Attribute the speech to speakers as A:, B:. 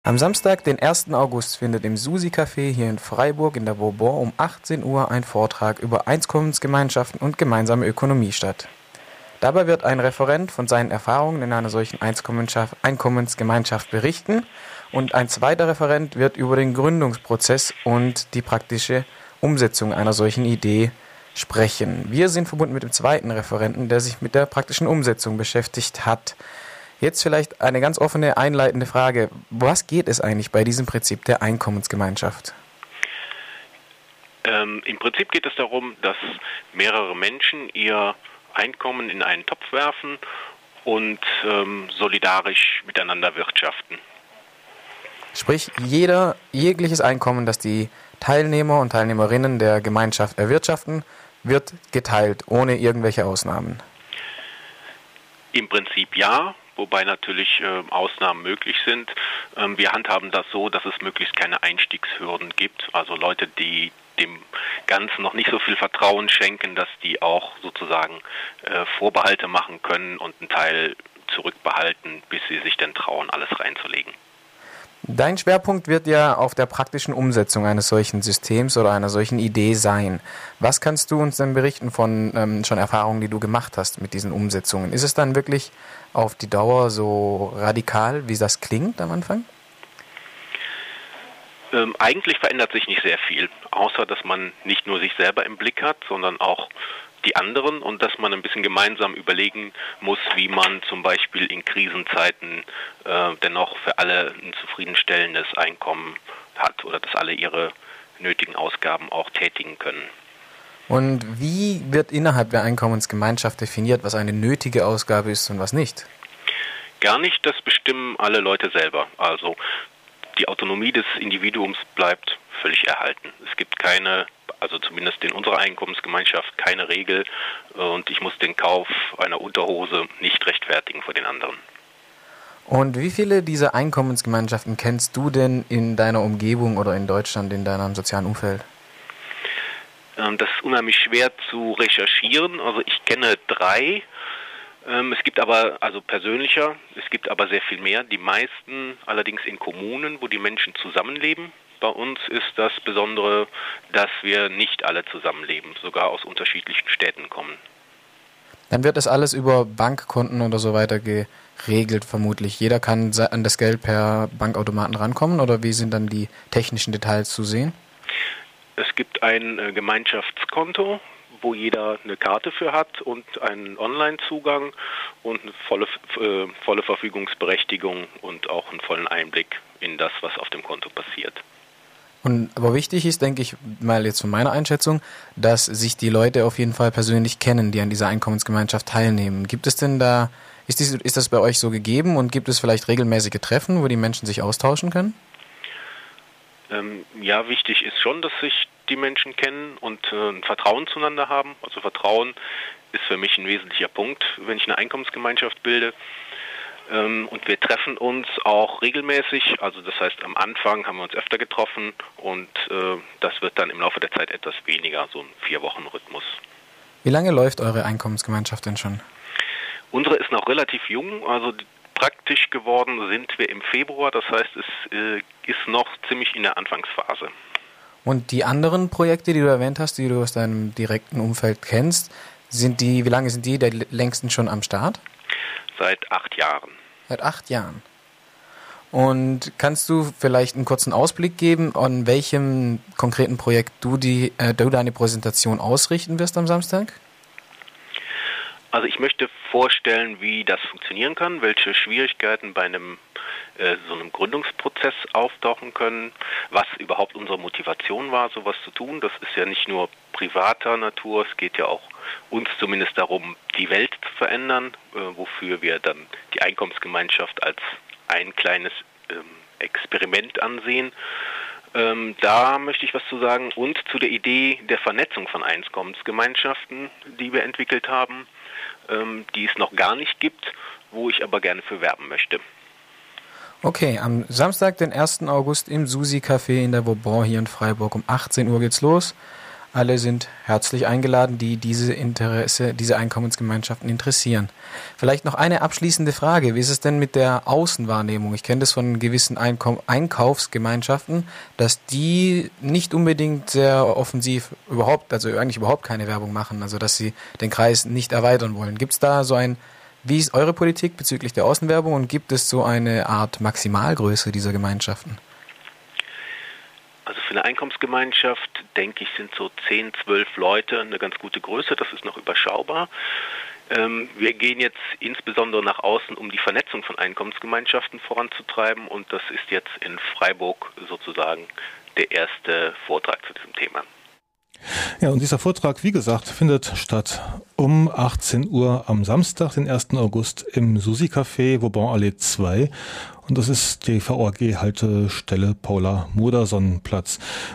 A: Am Samstag, den 1. August, findet im Susi-Café hier in Freiburg in der Vauban um 18 Uhr ein Vortrag über Einkommensgemeinschaften und gemeinsame Ökonomie statt. Dabei wird ein Referent von seinen Erfahrungen in einer solchen Einkommensgemeinschaft berichten und ein zweiter Referent wird über den Gründungsprozess und die praktische Umsetzung einer solchen Idee sprechen. Wir sind verbunden mit dem zweiten Referenten, der sich mit der praktischen Umsetzung beschäftigt hat. Jetzt vielleicht eine ganz offene, einleitende Frage. Was geht es eigentlich bei diesem Prinzip der Einkommensgemeinschaft?
B: Im Prinzip geht es darum, dass mehrere Menschen ihr Einkommen in einen Topf werfen und solidarisch miteinander wirtschaften.
A: Sprich, jegliches Einkommen, das die Teilnehmer und Teilnehmerinnen der Gemeinschaft erwirtschaften, wird geteilt, ohne irgendwelche Ausnahmen.
B: Im Prinzip ja, wobei natürlich Ausnahmen möglich sind. Wir handhaben das so, dass es möglichst keine Einstiegshürden gibt. Also Leute, die dem Ganzen noch nicht so viel Vertrauen schenken, dass die auch sozusagen Vorbehalte machen können und einen Teil zurückbehalten, bis sie sich dann trauen, alles reinzulegen.
A: Dein Schwerpunkt wird ja auf der praktischen Umsetzung eines solchen Systems oder einer solchen Idee sein. Was kannst du uns denn berichten von schon Erfahrungen, die du gemacht hast mit diesen Umsetzungen? Ist es dann wirklich auf die Dauer so radikal, wie das klingt am Anfang?
B: Eigentlich verändert sich nicht sehr viel, außer dass man nicht nur sich selber im Blick hat, sondern auch die anderen und dass man ein bisschen gemeinsam überlegen muss, wie man zum Beispiel in Krisenzeiten dennoch für alle ein zufriedenstellendes Einkommen hat oder dass alle ihre nötigen Ausgaben auch tätigen können.
A: Und wie wird innerhalb der Einkommensgemeinschaft definiert, was eine nötige Ausgabe ist und was nicht?
B: Gar nicht, das bestimmen alle Leute selber. Also die Autonomie des Individuums bleibt völlig erhalten. Es gibt keine, also zumindest in unserer Einkommensgemeinschaft, keine Regel und ich muss den Kauf einer Unterhose nicht rechtfertigen vor den anderen.
A: Und wie viele dieser Einkommensgemeinschaften kennst du denn in deiner Umgebung oder in Deutschland, in deinem sozialen Umfeld?
B: Das ist unheimlich schwer zu recherchieren. Also ich kenne 3. Es gibt aber, also persönlicher, es gibt aber sehr viel mehr. Die meisten allerdings in Kommunen, wo die Menschen zusammenleben. Bei uns ist das Besondere, dass wir nicht alle zusammenleben, sogar aus unterschiedlichen Städten kommen.
A: Dann wird das alles über Bankkonten oder so weiter geregelt vermutlich. Jeder kann an das Geld per Bankautomaten rankommen oder wie sind dann die technischen Details zu sehen?
B: Es gibt ein Gemeinschaftskonto, wo jeder eine Karte für hat und einen Online-Zugang und eine volle Verfügungsberechtigung und auch einen vollen Einblick in das, was auf dem Konto passiert.
A: Aber wichtig ist, denke ich, mal jetzt von meiner Einschätzung, dass sich die Leute auf jeden Fall persönlich kennen, die an dieser Einkommensgemeinschaft teilnehmen. Gibt es denn da, ist das bei euch so gegeben und gibt es vielleicht regelmäßige Treffen, wo die Menschen sich austauschen können?
B: Ja, wichtig ist schon, dass sich die Menschen kennen und ein Vertrauen zueinander haben. Also Vertrauen ist für mich ein wesentlicher Punkt, wenn ich eine Einkommensgemeinschaft bilde. Und wir treffen uns auch regelmäßig, also das heißt am Anfang haben wir uns öfter getroffen und das wird dann im Laufe der Zeit etwas weniger, so ein 4-Wochen-Rhythmus.
A: Wie lange läuft eure Einkommensgemeinschaft denn schon?
B: Unsere ist noch relativ jung, also praktisch geworden sind wir im Februar, das heißt es ist noch ziemlich in der Anfangsphase.
A: Und die anderen Projekte, die du erwähnt hast, die du aus deinem direkten Umfeld kennst, wie lange sind die der längsten schon am Start?
B: Seit 8 Jahren.
A: Seit 8 Jahren. Und kannst du vielleicht einen kurzen Ausblick geben, an welchem konkreten Projekt du deine Präsentation ausrichten wirst am Samstag?
B: Also ich möchte vorstellen, wie das funktionieren kann, welche Schwierigkeiten bei so einem Gründungsprozess auftauchen können, was überhaupt unsere Motivation war, sowas zu tun. Das ist ja nicht nur privater Natur, es geht ja auch uns zumindest darum, die Welt zu verändern, wofür wir dann die Einkommensgemeinschaft als ein kleines Experiment ansehen. Da möchte ich was zu sagen und zu der Idee der Vernetzung von Einkommensgemeinschaften, die wir entwickelt haben, die es noch gar nicht gibt, wo ich aber gerne für werben möchte.
A: Okay, am Samstag, den 1. August im Susi-Café in der Vauban hier in Freiburg um 18 Uhr geht's los. Alle sind herzlich eingeladen, die diese Einkommensgemeinschaften interessieren. Vielleicht noch eine abschließende Frage. Wie ist es denn mit der Außenwahrnehmung? Ich kenne das von gewissen Einkaufsgemeinschaften, dass die nicht unbedingt sehr offensiv eigentlich überhaupt keine Werbung machen, also dass sie den Kreis nicht erweitern wollen. Gibt es da wie ist eure Politik bezüglich der Außenwerbung und gibt es so eine Art Maximalgröße dieser Gemeinschaften?
B: Also für eine Einkommensgemeinschaft, denke ich, sind so 10, 12 Leute eine ganz gute Größe. Das ist noch überschaubar. Wir gehen jetzt insbesondere nach außen, um die Vernetzung von Einkommensgemeinschaften voranzutreiben. Und das ist jetzt in Freiburg sozusagen der erste Vortrag zu diesem Thema.
C: Ja, und dieser Vortrag, wie gesagt, findet statt um 18 Uhr am Samstag, den 1. August im Susi-Café, Vauban-Allee 2. Und das ist die VOAG-Haltestelle Paula-Modersohn-Platz.